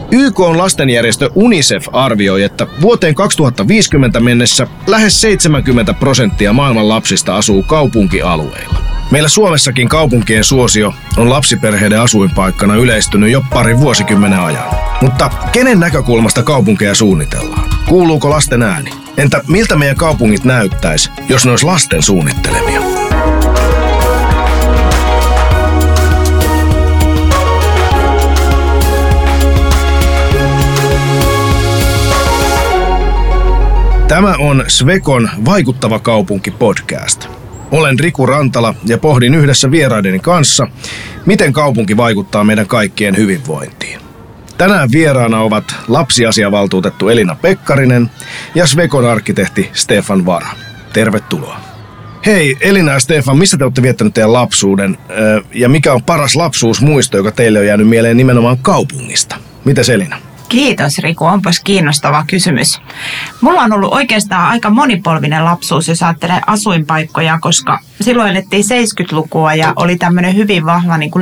YK:n lastenjärjestö UNICEF arvioi, että vuoteen 2050 mennessä lähes 70% maailman lapsista asuu kaupunkialueilla. Meillä Suomessakin kaupunkien suosio on lapsiperheiden asuinpaikkana yleistynyt jo parin vuosikymmenen ajan. Mutta kenen näkökulmasta kaupunkeja suunnitellaan? Kuuluuko lasten ääni? Entä miltä meidän kaupungit näyttäisi, jos ne olisi lasten suunnittelemia? Tämä on Swecon Vaikuttava kaupunki podcast. Olen Riku Rantala ja pohdin yhdessä vieraideni kanssa, miten kaupunki vaikuttaa meidän kaikkien hyvinvointiin. Tänään vieraana ovat lapsiasiavaltuutettu Elina Pekkarinen ja Swecon arkkitehti Stefan Vara. Tervetuloa. Hei Elina ja Stefan, missä te olette viettänyt teidän lapsuuden ja mikä on paras lapsuusmuisto, joka teille on jäänyt mieleen nimenomaan kaupungista? Mites Elina? Kiitos Riku, onpas kiinnostava kysymys. Mulla on ollut oikeastaan aika monipolvinen lapsuus, jos ajattelee asuinpaikkoja, koska silloin elettiin 70-lukua ja oli tämmöinen hyvin vahva niin kuin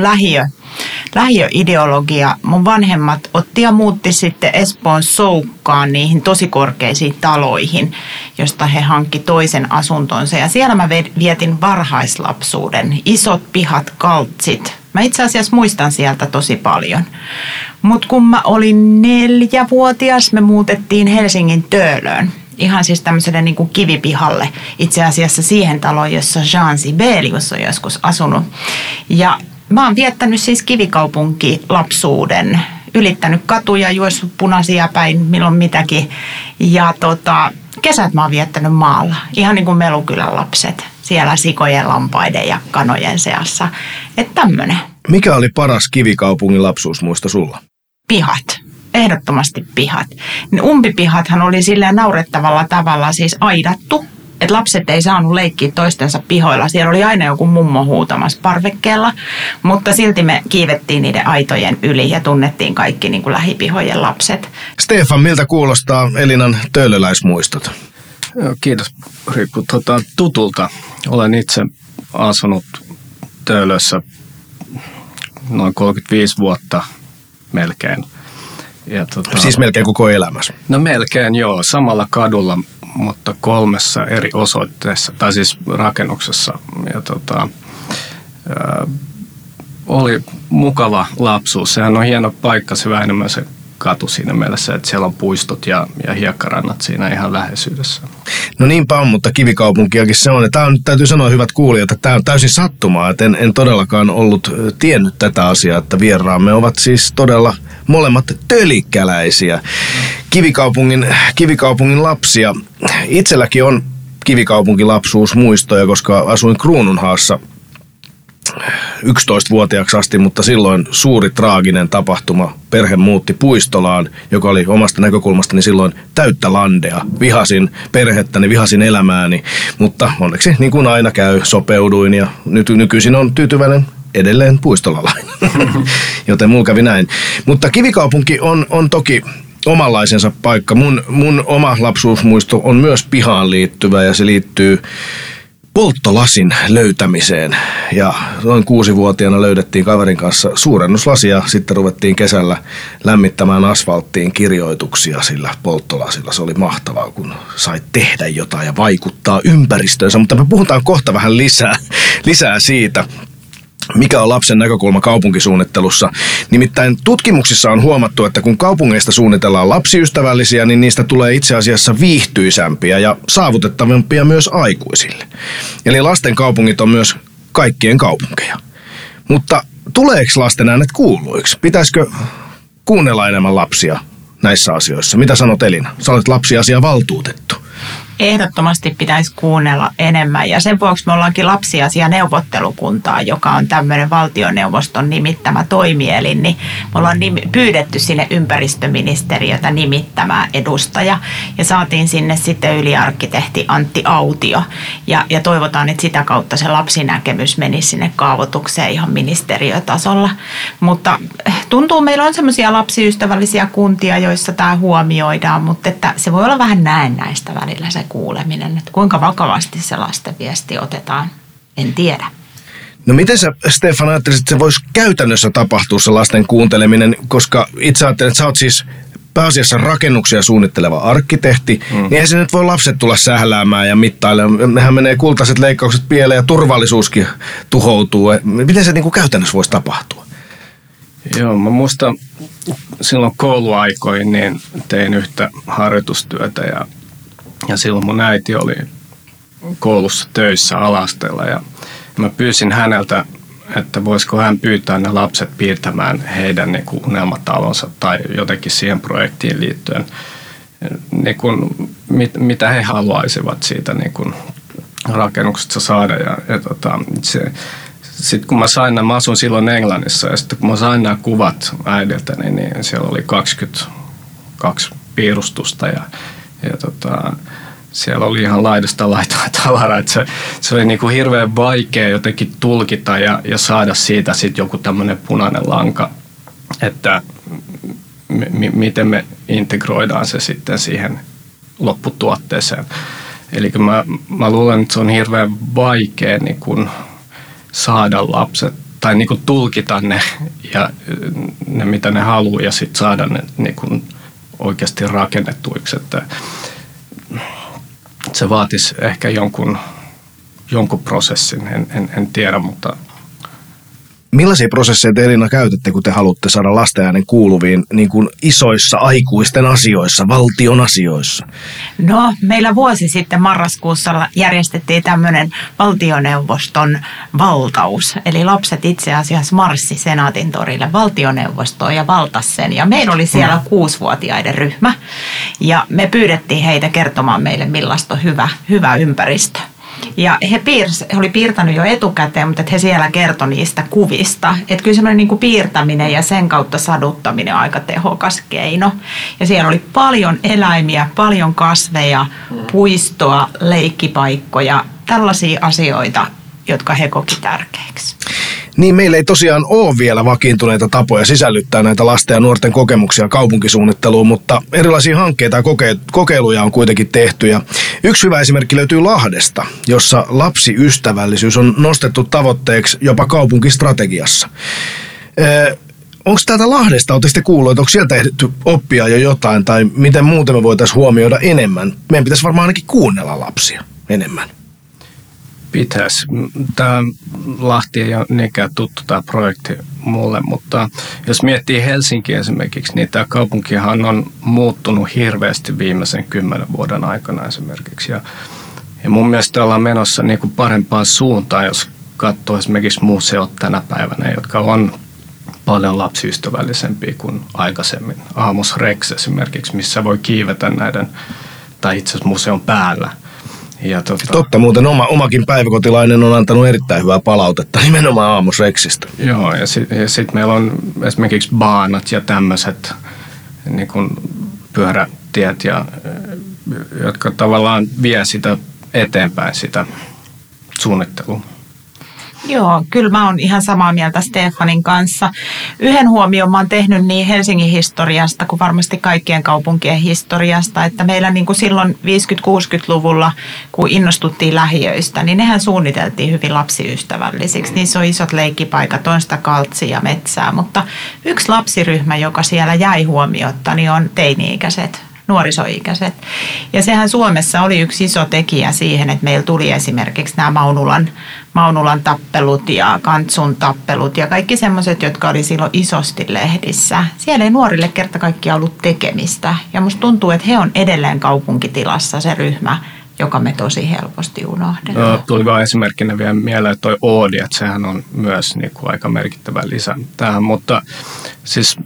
lähiöideologia. Mun vanhemmat otti ja muutti sitten Espoon Soukkaan niihin tosi korkeisiin taloihin, josta he hankki toisen asuntonsa. Ja siellä mä vietin varhaislapsuuden, isot pihat, kaltsit. Mä itse asiassa muistan sieltä tosi paljon. Mutta kun mä olin 4-vuotias, me muutettiin Helsingin Töölöön. Ihan siis tämmöiselle niin kuin kivipihalle. Itse asiassa siihen taloon, jossa Jean Sibelius on joskus asunut. Ja mä oon viettänyt siis kivikaupunki-lapsuuden. Ylittänyt katuja, juossut punaisia päin, milloin mitäkin. Ja kesät mä oon viettänyt maalla. Ihan niin kuin Melukylän lapset. Siellä sikojen, lampaiden ja kanojen seassa. Että tämmönen. Mikä oli paras kivikaupungin lapsuusmuisto sulla? Pihat. Ehdottomasti pihat. Ne umpipihathan oli silleen naurettavalla tavalla siis aidattu. Että lapset ei saanut leikkiä toistensa pihoilla. Siellä oli aina joku mummo huutamassa parvekkeella. Mutta silti me kiivettiin niiden aitojen yli ja tunnettiin kaikki niin kuin lähipihojen lapset. Stefan, miltä kuulostaa Elinan töölöläismuistot? Kiitos Riku. Tutulta. Olen itse asunut Töölössä noin 35 vuotta melkein. Ja siis melkein koko elämässä? No melkein joo, samalla kadulla, mutta 3 eri osoitteessa, tai siis rakennuksessa. Ja oli mukava lapsuus. Sehän on hieno paikka, se vähän enemmän se katu siinä mielessä, että siellä on puistot ja hiekkarannat siinä ihan läheisyydessä. No niinpä on, mutta kivikaupunkiakin se on. Ja tämä on, täytyy sanoa hyvät kuulijat, että tämä on täysin sattumaa, että en todellakaan ollut tiennyt tätä asiaa, että vieraamme ovat siis todella molemmat tölikkäläisiä, kivikaupungin lapsia. Itselläkin on kivikaupunkin lapsuusmuistoja, koska asuin Kruununhaassa 11-vuotiaaksi asti, mutta silloin suuri traaginen tapahtuma. Perhe muutti Puistolaan, joka oli omasta näkökulmastani silloin täyttä landea. Vihasin perhettäni, vihasin elämääni, mutta onneksi niin kuin aina käy, sopeuduin ja nykyisin on tyytyväinen edelleen puistolalainen. Joten mulla kävi näin. Mutta kivikaupunki on toki omanlaisensa paikka. Mun oma lapsuusmuisto on myös pihaan liittyvä ja se liittyy polttolasin löytämiseen. Ja noin 6-vuotiaana löydettiin kaverin kanssa suurennuslasi ja sitten ruvettiin kesällä lämmittämään asfalttiin kirjoituksia sillä polttolasilla. Se oli mahtavaa, kun sai tehdä jotain ja vaikuttaa ympäristöönsä. Mutta me puhutaan kohta vähän lisää siitä, mikä on lapsen näkökulma kaupunkisuunnittelussa. Nimittäin tutkimuksissa on huomattu, että kun kaupungeista suunnitellaan lapsiystävällisiä, niin niistä tulee itse asiassa viihtyisämpiä ja saavutettavampia myös aikuisille. Eli lasten kaupungit on myös kaikkien kaupunkeja. Mutta tuleeko lasten äänet kuuluiksi? Pitäisikö kuunnella enemmän lapsia näissä asioissa? Mitä sanot Elina? Sä olet lapsiasiavaltuutettu. Ehdottomasti pitäisi kuunnella enemmän ja sen vuoksi me ollaankin lapsiasianeuvottelukuntaa, joka on tämmöinen valtioneuvoston nimittämä toimielin, niin me ollaan pyydetty sinne ympäristöministeriötä nimittämään edustaja ja saatiin sinne sitten yliarkkitehti Antti Autio ja toivotaan, että sitä kautta se lapsinäkemys menisi sinne kaavoitukseen ihan ministeriötasolla, mutta tuntuu, meillä on semmoisia lapsiystävällisiä kuntia, joissa tämä huomioidaan, mutta että se voi olla vähän näennäistä välillä se kuuleminen, että kuinka vakavasti se lasten viesti otetaan, en tiedä. No miten sä, Stefan, ajattelisit, että se voisi käytännössä tapahtua se lasten kuunteleminen, koska itse ajattelen, että sä oot siis pääasiassa rakennuksia suunnitteleva arkkitehti, niin ei se nyt voi lapset tulla sähläämään ja mittailemaan. Nehän menee kultaiset leikkaukset pieleen ja turvallisuuskin tuhoutuu. Miten se niin kuin käytännössä voisi tapahtua? Joo, mä muistan silloin kouluaikoin niin tein yhtä harjoitustyötä ja silloin mun äiti oli koulussa töissä ala-asteella ja mä pyysin häneltä, että voisiko hän pyytää ne lapset piirtämään heidän niin kuin unelmatalonsa tai jotenkin siihen projektiin liittyen, niin kuin, mitä he haluaisivat siitä niin kuin rakennuksesta saada. Sitten kun mä sain nämä, mä asun silloin Englannissa ja sitten kun mä sain nämä kuvat äidiltä, niin siellä oli 22 piirustusta ja siellä oli ihan laidasta laitaa tavaraa, että se oli niin kuin hirveän vaikea jotenkin tulkita ja saada siitä sitten joku tämmöinen punainen lanka, että miten me integroidaan se sitten siihen lopputuotteeseen. Eli mä luulen, että se on hirveän vaikea niin kuin saada lapset tai niin kuin tulkita ne ja ne mitä ne haluaa ja sitten saada ne niin kuin oikeasti rakennettuiksi, että se vaatisi ehkä jonkun prosessin, en tiedä, mutta... Millaisia prosesseja te, Elina, käytätte, kun te haluatte saada lasten äänen kuuluviin niin kuin isoissa aikuisten asioissa, valtion asioissa? No, meillä vuosi sitten marraskuussa järjestettiin tämmöinen valtioneuvoston valtaus. Eli lapset itse asiassa marssi Senaatin torille valtioneuvostoon ja valtasi sen. Ja meillä oli siellä 6-vuotiaiden ryhmä. Ja me pyydettiin heitä kertomaan meille, millaista on hyvä ympäristö. Ja he oli piirtänyt jo etukäteen, mutta he siellä kertoi niistä kuvista. Että kyllä semmoinen niin kuin piirtäminen ja sen kautta saduttaminen on aika tehokas keino. Ja siellä oli paljon eläimiä, paljon kasveja, puistoa, leikkipaikkoja, tällaisia asioita, jotka he koki tärkeiksi. Niin, meillä ei tosiaan ole vielä vakiintuneita tapoja sisällyttää näitä lasten ja nuorten kokemuksia kaupunkisuunnitteluun, mutta erilaisia hankkeita ja kokeiluja on kuitenkin tehty. Ja yksi hyvä esimerkki löytyy Lahdesta, jossa lapsiystävällisyys on nostettu tavoitteeksi jopa kaupunkistrategiassa. Onko täältä Lahdesta, oletteko te kuulleet, että onko sieltä ehditty oppia jo jotain, tai miten muuten me voitaisiin huomioida enemmän? Meidän pitäisi varmaan ainakin kuunnella lapsia enemmän. Pitäisi. Tämä Lahti ei ole niinkään tuttu tämä projekti mulle, mutta jos miettii Helsinkiä esimerkiksi, niin tämä kaupunkihan on muuttunut hirveästi viimeisen 10 vuoden aikana esimerkiksi. Ja mun mielestä ollaan menossa niin kuin parempaan suuntaan, jos katsoo esimerkiksi museot tänä päivänä, jotka on paljon lapsiystävällisempiä kuin aikaisemmin. Amos Rex esimerkiksi, missä voi kiivetä näiden, tai itse asiassa museon päällä. Ja Totta, muuten omakin päiväkotilainen on antanut erittäin hyvää palautetta nimenomaan Amos Rexistä. Joo, ja sit meillä on esimerkiksi baanat ja tämmöiset niin kuin pyörätiet, jotka tavallaan vie sitä eteenpäin, sitä suunnittelua. Joo, kyllä mä oon ihan samaa mieltä Stefanin kanssa. Yhden huomion mä oon tehnyt niin Helsingin historiasta kuin varmasti kaikkien kaupunkien historiasta, että meillä niin kuin silloin 50-60-luvulla, kun innostuttiin lähiöistä, niin nehän suunniteltiin hyvin lapsiystävällisiksi. Niissä on isot leikkipaikat, on sitä kaltsia ja metsää, mutta yksi lapsiryhmä, joka siellä jäi huomiotta, niin on teini-ikäiset, nuorisoikäiset. Ja sehän Suomessa oli yksi iso tekijä siihen, että meillä tuli esimerkiksi nämä Maunulan tappelut ja Kantsun tappelut ja kaikki semmoiset, jotka oli silloin isosti lehdissä. Siellä ei nuorille kerta kaikkiaan ollut tekemistä. Ja musta tuntuu, että he on edelleen kaupunkitilassa se ryhmä, joka me tosi helposti unohdetaan. No, tuli vaan esimerkkinä vielä mieleen, että toi Oodi, että sehän on myös niin kuin aika merkittävä lisä tähän. Mutta siis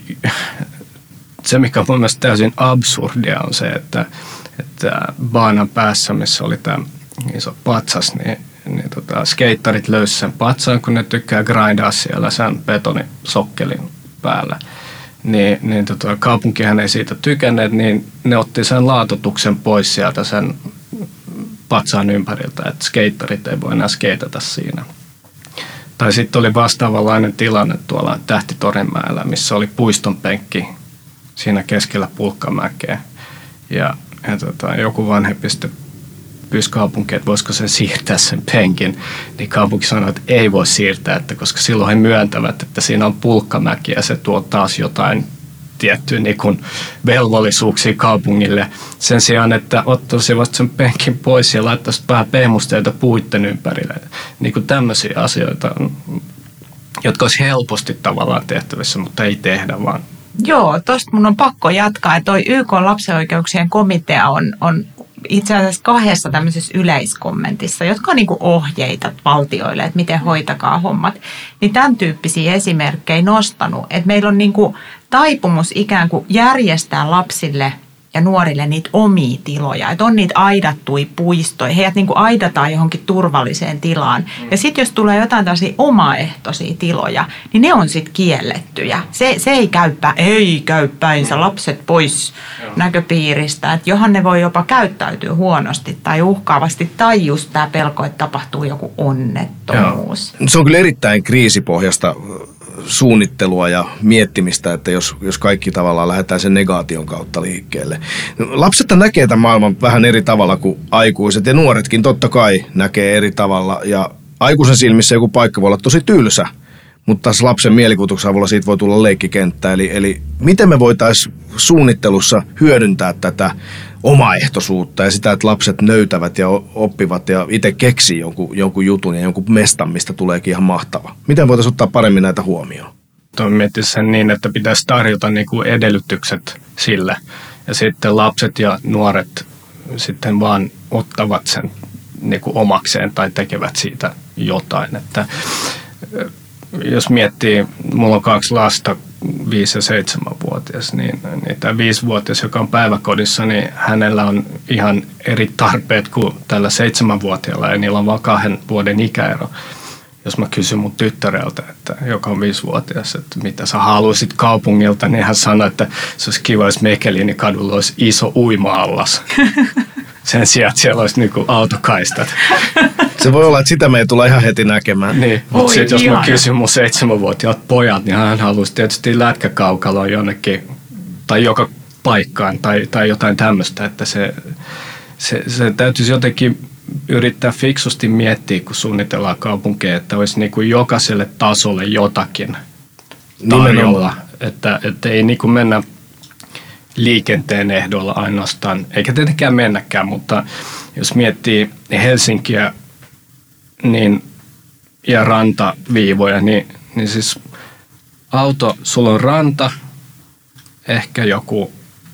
se, mikä on mun mielestä täysin absurdia, on se, että baanan päässä, missä oli tämä iso patsas, niin skeittarit löysi sen patsaan, kun ne tykkää grindaa siellä sen betonisokkelin päällä. Kaupunkihan ei siitä tykänneet, niin ne otti sen laatotuksen pois sieltä sen patsaan ympäriltä, että skeittarit ei voi enää skeitata siinä. Tai sitten oli vastaavanlainen tilanne tuolla Tähtitorinmäellä, missä oli puistonpenkki siinä keskellä Pulkkamäkeä. Ja joku vanhempi sitten pyysi kaupunkiin, että voisiko sen siirtää sen penkin, niin kaupunki sanoi, että ei voi siirtää, että koska silloin he myöntävät, että siinä on pulkkamäki ja se tuo taas jotain tiettyä niin kuin velvollisuuksia kaupungille. Sen sijaan, että ottaisivat sen penkin pois ja laittaisivat vähän pehmusteita puitten ympärille. Niin kuin tämmöisiä asioita, jotka olisi helposti tavallaan tehtävissä, mutta ei tehdä vaan. Joo, tuosta mun on pakko jatkaa. Toi YK:n lapsen oikeuksien komitea on itse asiassa 2 tämmöisessä yleiskommentissa, jotka on niinku ohjeita valtioille, että miten hoitakaa hommat. Niin tämän tyyppisiä esimerkkejä nostanut, että meillä on niinku taipumus ikään kuin järjestää lapsille ja nuorille niitä omia tiloja. Että on niitä aidattuja puistoja. Heidät niin kuin aidataan johonkin turvalliseen tilaan. Ja sitten jos tulee jotain tällaisia omaehtoisia tiloja, niin ne on sitten kiellettyjä. Se ei käy päinsä. Lapset pois näköpiiristä. Että johan ne voi jopa käyttäytyä huonosti tai uhkaavasti. Tai just tämä pelko, että tapahtuu joku onnettomuus. Se on kyllä erittäin kriisipohjasta suunnittelua ja miettimistä, että jos kaikki tavallaan lähdetään sen negaation kautta liikkeelle. Lapset näkee tämän maailman vähän eri tavalla kuin aikuiset ja nuoretkin totta kai näkee eri tavalla ja aikuisen silmissä joku paikka voi olla tosi tylsä, mutta taas lapsen mielikuvituksen avulla siitä voi tulla leikkikenttä. Eli miten me voitaisiin suunnittelussa hyödyntää tätä omaehtoisuutta ja sitä, että lapset nöytävät ja oppivat ja itse keksii jonkun jutun ja jonkun mestan, mistä tuleekin ihan mahtava. Miten voitaisiin ottaa paremmin näitä huomioon? Mietin sen niin, että pitäisi tarjota niinku edellytykset sille ja sitten lapset ja nuoret sitten vaan ottavat sen niinku omakseen tai tekevät siitä jotain. Että jos miettii, mulla on 2 lasta, 5- ja 7-vuotias, niin tämä 5-vuotias, joka on päiväkodissa, niin hänellä on ihan eri tarpeet kuin tällä 7-vuotiaalla ja niillä on vain 2 vuoden ikäero. Jos mä kysyn mun tyttäreltä, joka on 5-vuotias, että mitä sä haluaisit kaupungilta, niin hän sanoi, että se olisi kiva, jos Mekelinin kadulla olisi iso uima-allas. Sen sijaan, että siellä olisi niinku autokaistat. Se voi olla, että sitä me ei tulla ihan heti näkemään. Niin, mutta sitten jos mä kysyn mun 7-vuotiaat pojat, niin hän haluaisi tietysti lätkäkaukaloon jonnekin tai joka paikkaan tai jotain tämmöistä, että se täytyisi jotenkin yrittää fiksusti miettiä, kun suunnitellaan kaupunkeja, että olisi niin kuin jokaiselle tasolle jotakin tarjolla, että ei niin kuin mennä liikenteen ehdoilla ainoastaan, eikä tietenkään mennäkään, mutta jos miettii Helsinkiä niin, ja rantaviivoja, niin siis sulla on ranta, ehkä joku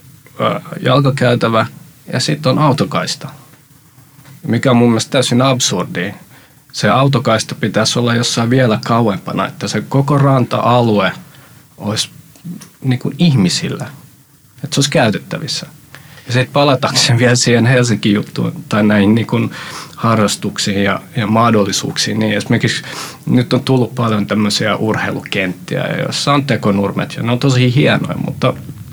jalkakäytävä ja sitten on autokaista, mikä on mun mielestä täysin absurdia. Se autokaista pitäisi olla jossain vielä kauempana, että se koko ranta-alue olisi niin kuin ihmisillä. Että se olisi käytettävissä. Ja sitten palatakseen vielä siihen Helsingin juttuun tai näihin niin kuin harrastuksiin ja mahdollisuuksiin. Niin esimerkiksi nyt on tullut paljon tämmöisiä urheilukenttiä, joissa on tekonurmet ja ne on tosi hienoja, mutta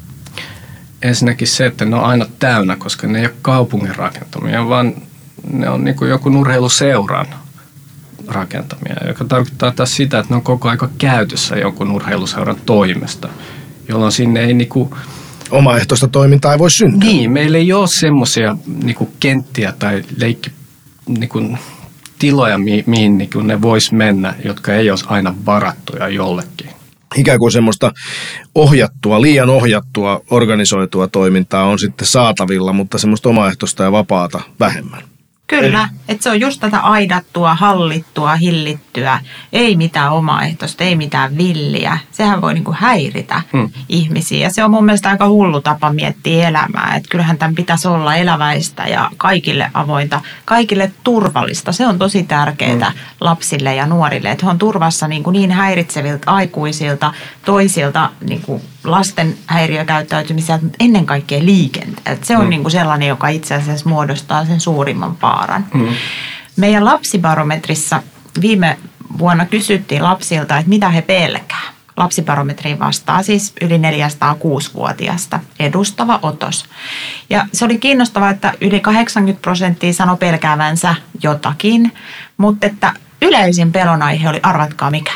ensinnäkin se, että ne on aina täynnä, koska ne ei ole kaupungin rakentamia, vaan ne on niin kuin joku urheiluseuran rakentamia, joka tarkoittaa taas sitä, että ne on koko aika käytössä jonkun urheiluseuran toimesta, jolloin sinne ei niinku omaehtoista toimintaa ei voi syntyä. Niin, meillä ei ole semmoisia niinku kenttiä tai niinku tiloja, mihin niinku ne vois mennä, jotka ei olisi aina varattuja jollekin. Ikään kuin semmoista liian ohjattua, organisoitua toimintaa on sitten saatavilla, mutta semmoista omaehtoista ja vapaata vähemmän. Kyllä, että se on just tätä aidattua, hallittua, hillittyä, ei mitään omaehtoista, ei mitään villiä. Sehän voi niinku häiritä ihmisiä ja se on mun mielestä aika hullu tapa miettiä elämää. Että kyllähän tämän pitäisi olla eläväistä ja kaikille avointa, kaikille turvallista. Se on tosi tärkeää lapsille ja nuorille, että he on turvassa niin häiritseviltä aikuisilta, toisilta niin lasten häiriökäyttäytymiseltä, mutta ennen kaikkea liikenteeltä. Se on niin kuin sellainen, joka itse asiassa muodostaa sen suurimman vaaran. Meidän lapsibarometrissa viime vuonna kysyttiin lapsilta, että mitä he pelkää. Lapsibarometriin vastaa siis yli 406-vuotiaasta edustava otos. Ja se oli kiinnostavaa, että yli 80% sanoi pelkäävänsä jotakin, mutta että yleisin pelonaihe oli, arvatkaa mikä.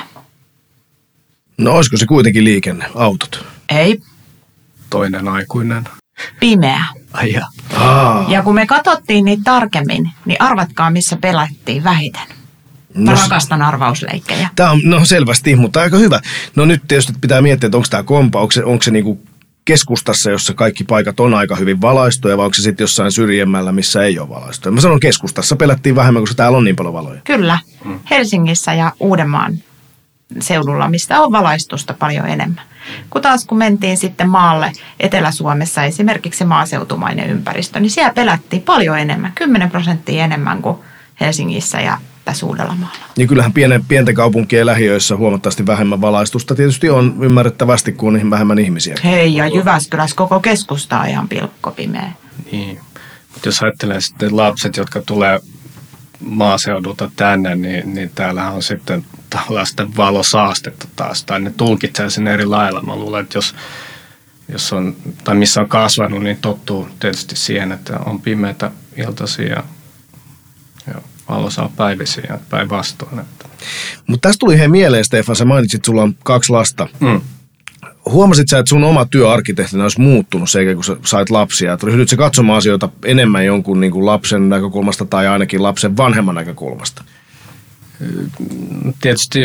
No olisiko se kuitenkin liikenne, autot? Ei. Toinen aikuinen. Pimeä. Ai ja. Ja kun me katsottiin niitä tarkemmin, niin arvatkaa, missä pelattiin vähiten. Mä rakastan arvausleikkejä. Tämä on selvästi, mutta aika hyvä. No nyt tietysti pitää miettiä, että onko tämä kompa, onko se niinku keskustassa, jossa kaikki paikat on aika hyvin valaistuja, vai onko se sitten jossain syrjemmällä, missä ei ole valaistuja? Mä sanon keskustassa pelättiin vähemmän, koska täällä on niin paljon valoja. Kyllä. Helsingissä ja Uudenmaan seudulla, mistä on valaistusta paljon enemmän. Kun mentiin sitten maalle Etelä-Suomessa, esimerkiksi maaseutumainen ympäristö, niin siellä pelättiin paljon enemmän, 10% enemmän kuin Helsingissä ja tässä Uudellamaalla. Ja kyllähän pienten kaupunkien lähiöissä huomattavasti vähemmän valaistusta tietysti on ymmärrettävästi, kun on vähemmän ihmisiä. Hei, ja Jyväskylässä koko keskusta on ihan pilkkopimeä. Niin. Mutta jos ajattelee sitten lapset, jotka tulee maaseudulta tänne, niin täällähän on sitten tällaista valosaastetta taas, tai ne tulkitsee sen eri lailla. Mä luulen, että jos on, tai missä on kasvanut, niin tottuu tietysti siihen, että on pimeätä iltaisin ja valo saa päivisin ja päinvastoin. Mutta tästä tuli mieleen, Stefan, sä mainitsit, sulla on 2 lasta. Huomasit sä, että sun oma työarkkitehtina olisi muuttunut sekä kun sä sait lapsia? Että ryhdyt sä katsomaan asioita enemmän jonkun niin kuin lapsen näkökulmasta tai ainakin lapsen vanhemman näkökulmasta? Tietysti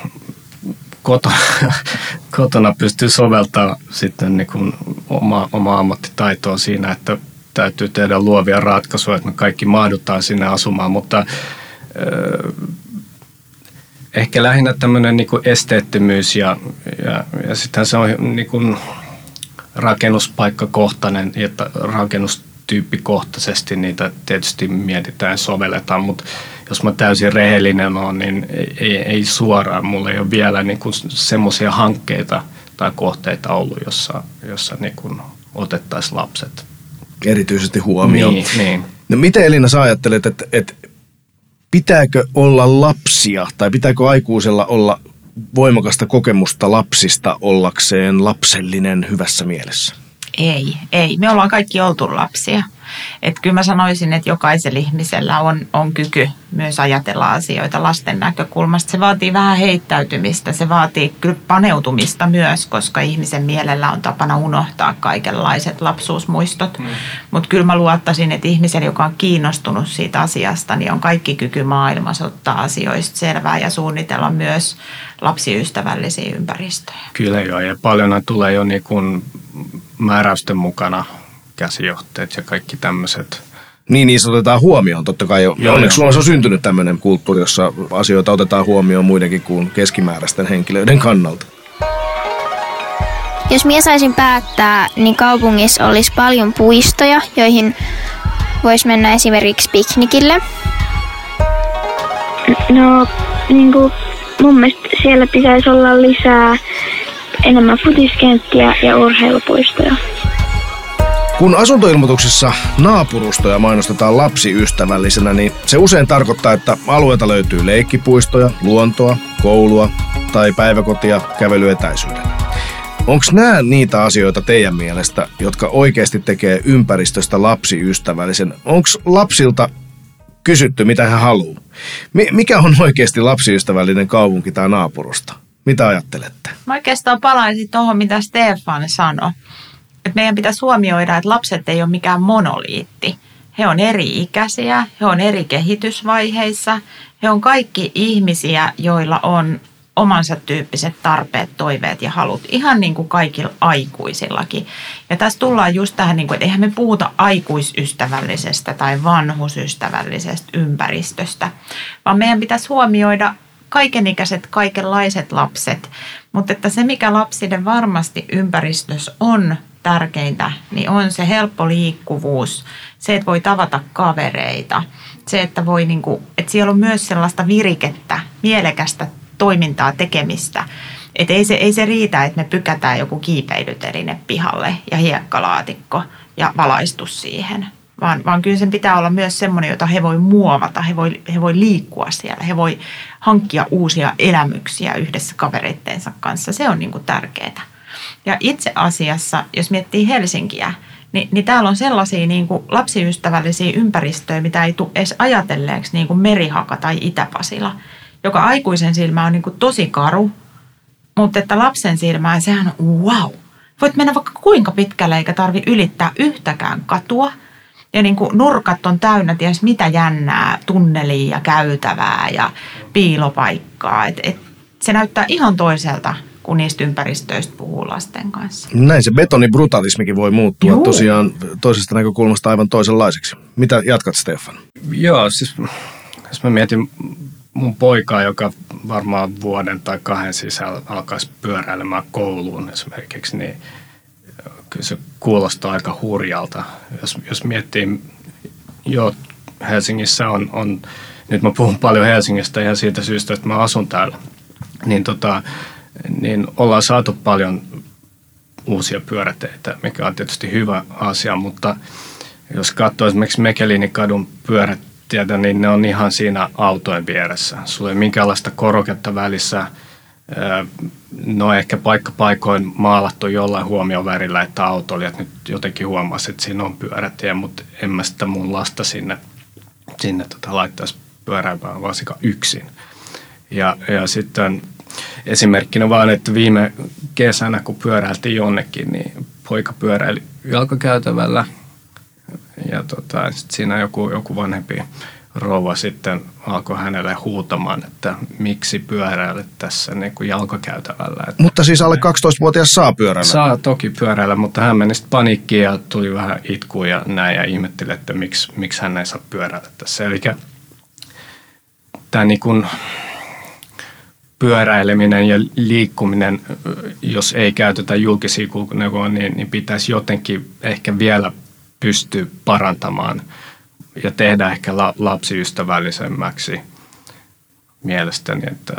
kotona pystyy soveltamaan sitten niin kuin oma ammattitaitoa siinä, että täytyy tehdä luovia ratkaisuja, että me kaikki mahdutaan sinne asumaan, mutta ehkä lähinnä tämmöinen niin kuin esteettömyys ja sitten se on niin kuin rakennuspaikkakohtainen ja rakennustyyppikohtaisesti niitä tietysti mietitään ja sovelletaan, mutta jos mä täysin rehellinen olen, niin ei suoraan. Mulla ei ole vielä niin kuin semmoisia hankkeita tai kohteita ollut, jossa niin kuin otettaisiin lapset erityisesti huomioon. Niin. No miten Elina sä ajattelet, että pitääkö olla lapsia tai pitääkö aikuisella olla voimakasta kokemusta lapsista ollakseen lapsellinen hyvässä mielessä? Ei. Me ollaan kaikki oltu lapsia. Että kyllä mä sanoisin, että jokaisella ihmisellä on kyky myös ajatella asioita lasten näkökulmasta. Se vaatii vähän heittäytymistä, se vaatii kyllä paneutumista myös, koska ihmisen mielellä on tapana unohtaa kaikenlaiset lapsuusmuistot. Mutta kyllä mä luottaisin, että ihmisellä, joka on kiinnostunut siitä asiasta, niin on kaikki kyky maailmassa ottaa asioista selvää ja suunnitella myös lapsiystävällisiä ympäristöjä. Kyllä joo, ja paljon tulee jo niin kuin määräysten mukana käsijohteet ja kaikki tämmöiset. Niin, niissä otetaan huomioon totta kai. Onneksi Suomessa on syntynyt tämmöinen kulttuuri, jossa asioita otetaan huomioon muidenkin kuin keskimääräisten henkilöiden kannalta. Jos minä saisin päättää, niin kaupungissa olisi paljon puistoja, joihin voisi mennä esimerkiksi piknikille. No, niin kuin mun mielestä siellä pitäisi olla lisää enemmän futiskenttiä ja urheilupuistoja. Kun asuntoilmoituksissa naapurustoja mainostetaan lapsiystävällisenä, niin se usein tarkoittaa, että alueelta löytyy leikkipuistoja, luontoa, koulua tai päiväkotia kävelyetäisyydellä. Onko nämä niitä asioita teidän mielestä, jotka oikeasti tekee ympäristöstä lapsiystävällisen? Onko lapsilta kysytty, mitä he haluaa? Mikä on oikeasti lapsiystävällinen kaupunki tai naapurusto? Mitä ajattelette? Mä oikeastaan palaisin tuohon, mitä Stefan sanoi. Että meidän pitäisi huomioida, että lapset ei ole mikään monoliitti. He on eri-ikäisiä, he on eri kehitysvaiheissa. He on kaikki ihmisiä, joilla on omansa tyyppiset tarpeet, toiveet ja halut. Ihan niin kuin kaikilla aikuisillakin. Ja tässä tullaan just tähän, että eihän me puhuta aikuisystävällisestä tai vanhusystävällisestä ympäristöstä, vaan meidän pitäisi huomioida kaikenikäiset, kaikenlaiset lapset. Mutta että se, mikä lapsille varmasti ympäristössä on tärkeintä, niin on se helppo liikkuvuus, se, että voi tavata kavereita, se, että voi että siellä on myös sellaista virikettä, mielekästä toimintaa, tekemistä. Että ei se riitä, että me pykätään joku kiipeilyteline pihalle ja hiekkalaatikko ja valaistus siihen, vaan kyllä sen pitää olla myös semmoinen, jota he voi muovata, he voi liikkua siellä, he voi hankkia uusia elämyksiä yhdessä kavereittensa kanssa. Se on tärkeää. Ja itse asiassa, jos miettii Helsinkiä, niin täällä on sellaisia lapsiystävällisiä ympäristöjä, mitä ei tule edes ajatelleeksi niin kuin Merihaka tai Itä-Pasila, joka aikuisen silmä on tosi karu, mutta että lapsen silmään sehän on wow. voit mennä vaikka kuinka pitkälle eikä tarvi ylittää yhtäkään katua. Ja niin kuin nurkat on täynnä ties mitä jännää tunnelia ja käytävää ja piilopaikkaa. Se näyttää ihan toiselta, kun niistä ympäristöistä puhuu lasten kanssa. Näin se betonibrutalismikin voi muuttua tosiaan toisesta näkökulmasta aivan toisenlaiseksi. Mitä jatkat, Stefan? Joo, siis jos mä mietin mun poikaa, joka varmaan vuoden tai 2 sisällä alkaisi pyöräilemään kouluun esimerkiksi, niin kyllä se kuulostaa aika hurjalta. Jos miettii, Helsingissä on, nyt mä puhun paljon Helsingistä ihan siitä syystä, että mä asun täällä, niin ollaan saatu paljon uusia pyöräteitä, mikä on tietysti hyvä asia, mutta jos katsoo esimerkiksi Mechelinikadun pyörätietä, niin ne on ihan siinä autojen vieressä. Sulla ei minkäänlaista koroketta välissä. No ehkä paikkoin maalattu jollain huomiovärillä, että autoilijat nyt jotenkin huomasi, että siinä on pyörätie, mutta en mä sitä mun lasta sinne laittaisi pyöräilemään varsinkaan yksin. Ja sitten esimerkkinä vaan, että viime kesänä, kun pyöräiltiin jonnekin, niin poika pyöräili jalkakäytävällä ja sit siinä joku vanhempi rouva sitten alkoi hänelle huutamaan, että miksi pyöräilet tässä niin kuin jalkakäytävällä. Mutta siis alle 12-vuotias saa pyöräillä? Saa toki pyöräillä, mutta hän meni sitten paniikkiin ja tuli vähän itkuun ja näin ja ihmetteli, että miksi hän ei saa pyöräillä tässä. Eli tämä niin kuin pyöräileminen ja liikkuminen, jos ei käytetä julkisia kulkuneuvoja, niin pitäisi jotenkin ehkä vielä pystyä parantamaan ja tehdä ehkä lapsiystävällisemmäksi mielestäni. Että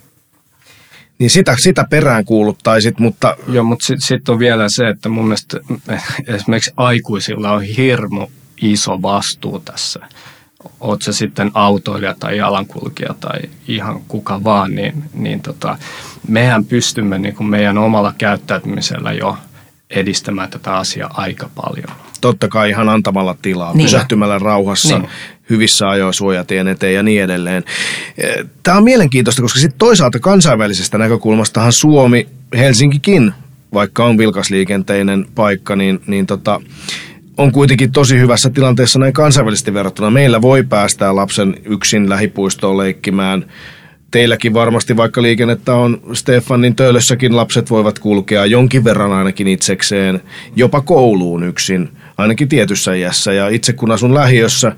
niin sitä perään kuuluttaisit, mutta joo, mutta sitten on vielä se, että mun mielestä esimerkiksi aikuisilla on hirmu iso vastuu tässä. Oot se sitten autoilija tai jalankulkija tai ihan kuka vaan, niin mehän pystymme niin kuin meidän omalla käyttäytymisellä jo edistämään tätä asiaa aika paljon. Totta kai ihan antamalla tilaa, pysähtymällä rauhassa, hyvissä ajoin suojatien eteen ja niin edelleen. Tämä on mielenkiintoista, koska sitten toisaalta kansainvälisestä näkökulmastahan Suomi, Helsinkikin, vaikka on vilkasliikenteinen paikka, on kuitenkin tosi hyvässä tilanteessa näin kansainvälisesti verrattuna. Meillä voi päästää lapsen yksin lähipuistoon leikkimään. Teilläkin varmasti, vaikka liikennettä on Stefanin Töölössäkin, lapset voivat kulkea jonkin verran ainakin itsekseen, jopa kouluun yksin, ainakin tietyssä iässä. Ja itse kun asun lähiössä,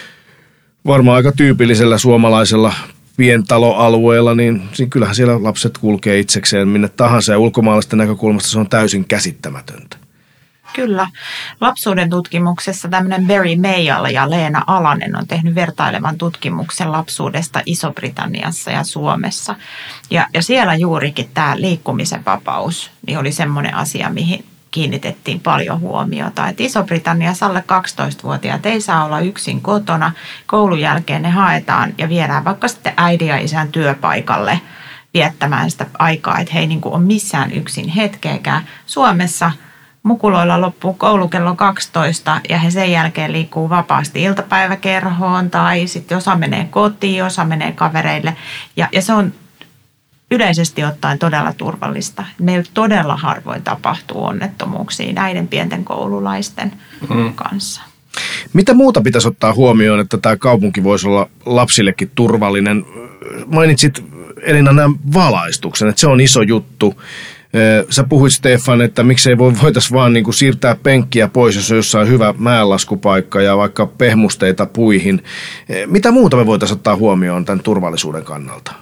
varmaan aika tyypillisellä suomalaisella pientaloalueella, niin kyllähän siellä lapset kulkee itsekseen minne tahansa ja ulkomaalaisten näkökulmasta se on täysin käsittämätöntä. Kyllä. Lapsuuden tutkimuksessa tämmöinen Barry Mayall ja Leena Alanen on tehnyt vertailevan tutkimuksen lapsuudesta Iso-Britanniassa ja Suomessa. Ja siellä juurikin tämä liikkumisen vapaus niin oli semmoinen asia, mihin kiinnitettiin paljon huomiota. Että Iso-Britanniassa alle 12-vuotiaat ei saa olla yksin kotona. Koulun jälkeen ne haetaan ja viedään vaikka sitten äidin ja isän työpaikalle viettämään sitä aikaa, että he ei niin kuin ole missään yksin hetkeäkään. Suomessa mukuloilla loppuu koulu kello 12 ja he sen jälkeen liikkuu vapaasti iltapäiväkerhoon tai sitten osa menee kotiin, osa menee kavereille. Ja se on yleisesti ottaen todella turvallista. Meillä todella harvoin tapahtuu onnettomuuksia näiden pienten koululaisten kanssa. Mitä muuta pitäisi ottaa huomioon, että tämä kaupunki voisi olla lapsillekin turvallinen? Mainitsit, Elina, nämä valaistuksen, että se on iso juttu. Sä puhuit, Stefan, että miksei voitaisiin vaan niin kuin siirtää penkkiä pois, jos on jossain hyvä mäenlaskupaikka ja vaikka pehmusteita puihin. Mitä muuta me voitaisiin ottaa huomioon tämän turvallisuuden kannalta?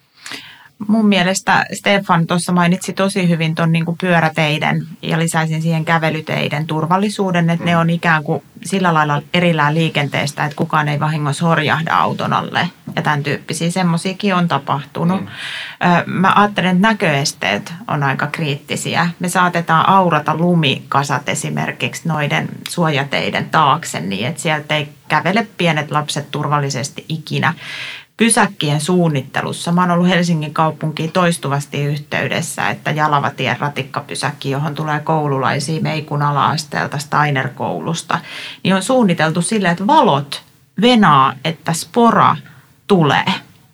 Mun mielestä Stefan tuossa mainitsi tosi hyvin tuon niin kuin pyöräteiden ja lisäisin siihen kävelyteiden turvallisuuden, että ne on ikään kuin sillä lailla erillään liikenteestä, että kukaan ei vahingossa horjahda auton alle ja tämän tyyppisiä. Semmoisiakin on tapahtunut. Mä ajattelen, että näköesteet on aika kriittisiä. Me saatetaan aurata lumikasat esimerkiksi noiden suojateiden taakse niin, että sieltä ei kävele pienet lapset turvallisesti ikinä. Pysäkkien suunnittelussa. Mä oon ollut Helsingin kaupunkiin toistuvasti yhteydessä, että Jalavatien ratikkapysäkki, johon tulee koululaisia Meikun ala-asteelta Steiner-koulusta, niin on suunniteltu silleen, että valot venaa, että spora tulee.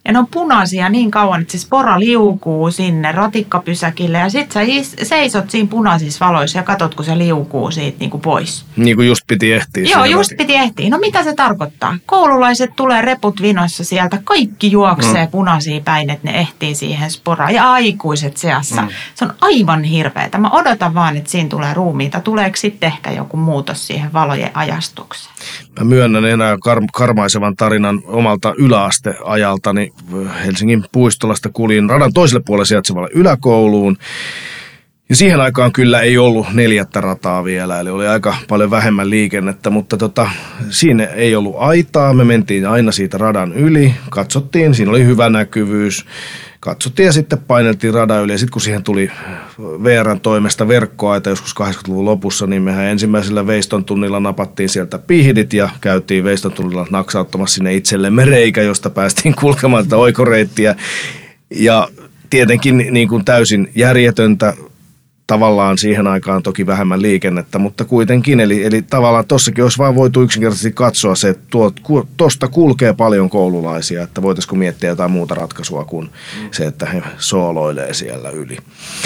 Ja ne on punaisia niin kauan, että se spora liukuu sinne ratikkapysäkille ja sit sä seisot siinä punaisissa valoissa ja katot, kun se liukuu siitä niin kuin pois. Niin kuin just piti ehtiä. Joo, just piti ehtiä. No mitä se tarkoittaa? Koululaiset tulee reput vinossa sieltä, kaikki juoksee punaisia päin, että ne ehtii siihen sporaan ja aikuiset seassa. Se on aivan hirveetä. Mä odotan vaan, että siinä tulee ruumiita. Tuleeko sitten ehkä joku muutos siihen valojen ajastukseen? Mä myönnän enää karmaisevan tarinan omalta yläasteajaltani. Helsingin Puistolasta kuljin radan toiselle puolelle sijaitsevalle yläkouluun. Ja siihen aikaan kyllä ei ollut 4. rataa vielä, eli oli aika paljon vähemmän liikennettä, mutta siinä ei ollut aitaa. Me mentiin aina siitä radan yli, katsottiin, siinä oli hyvä näkyvyys. Katsottiin ja sitten paineltiin radan yli ja sitten kun siihen tuli VR:n toimesta verkkoaita joskus 80-luvun lopussa, niin mehän ensimmäisellä veiston tunnilla napattiin sieltä pihdit ja käytiin veiston tunnilla naksauttamassa sinne itsellemme reikä, josta päästiin kulkemaan tätä oikoreittiä. Ja tietenkin niin kuin täysin järjetöntä, tavallaan siihen aikaan toki vähemmän liikennettä, mutta kuitenkin. Eli tavallaan tossakin olisi vaan voitu yksinkertaisesti katsoa se, että tuosta kulkee paljon koululaisia, että voitaisiko miettiä jotain muuta ratkaisua kuin se, että he sooloilee siellä yli.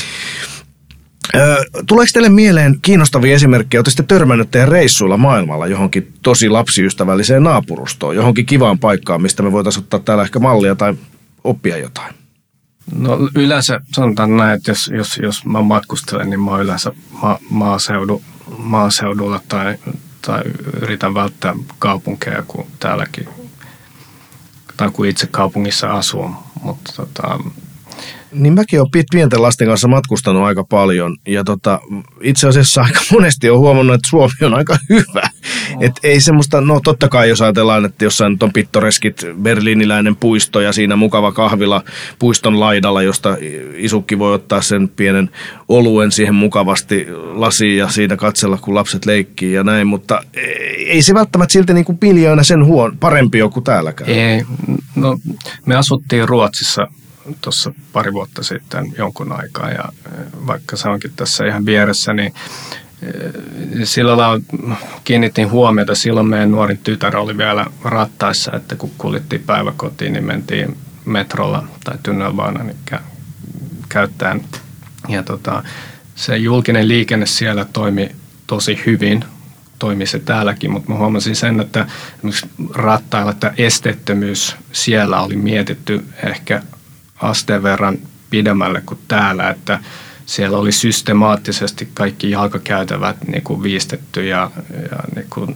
Tuleeko teille mieleen kiinnostavia esimerkkejä? Olette sitten törmännyt teidän reissuilla maailmalla johonkin tosi lapsiystävälliseen naapurustoon, johonkin kivaan paikkaan, mistä me voitaisiin ottaa täällä ehkä mallia tai oppia jotain? No yleensä sanotaan näin, että jos mä matkustelen, niin mä oon yleensä maaseudulla tai yritän välttää kaupunkeja kuin täälläkin, tai kun itse kaupungissa asuu, mutta Niin mäkin olen pienten lasten kanssa matkustanut aika paljon ja itse asiassa aika monesti olen huomannut, että Suomi on aika hyvä. Et ei semmoista, no totta kai jos ajatellaan, että jossain nyt on pittoreskit berliiniläinen puisto ja siinä mukava kahvila puiston laidalla, josta isukki voi ottaa sen pienen oluen siihen mukavasti lasiin ja siinä katsella, kun lapset leikkii ja näin, mutta ei se välttämättä silti niin kuin miljoona sen parempi ole kuin täälläkään. Ei, no me asuttiin Ruotsissa tuossa pari vuotta sitten jonkun aikaa ja vaikka se onkin tässä ihan vieressä, niin silloin kiinnitin huomiota, silloin meidän nuorin tytär oli vielä rattaissa, että kun kuljettiin päiväkotiin, niin mentiin metrolla tai Tunnelbanan käyttäen. Ja se julkinen liikenne siellä toimi tosi hyvin, toimi se täälläkin, mutta mä huomasin sen, että esimerkiksi rattailla, että esteettömyys siellä oli mietitty ehkä asteen verran pidemmälle kuin täällä, että siellä oli systemaattisesti kaikki jalkakäytävät niin kuin viistetty ja niin kuin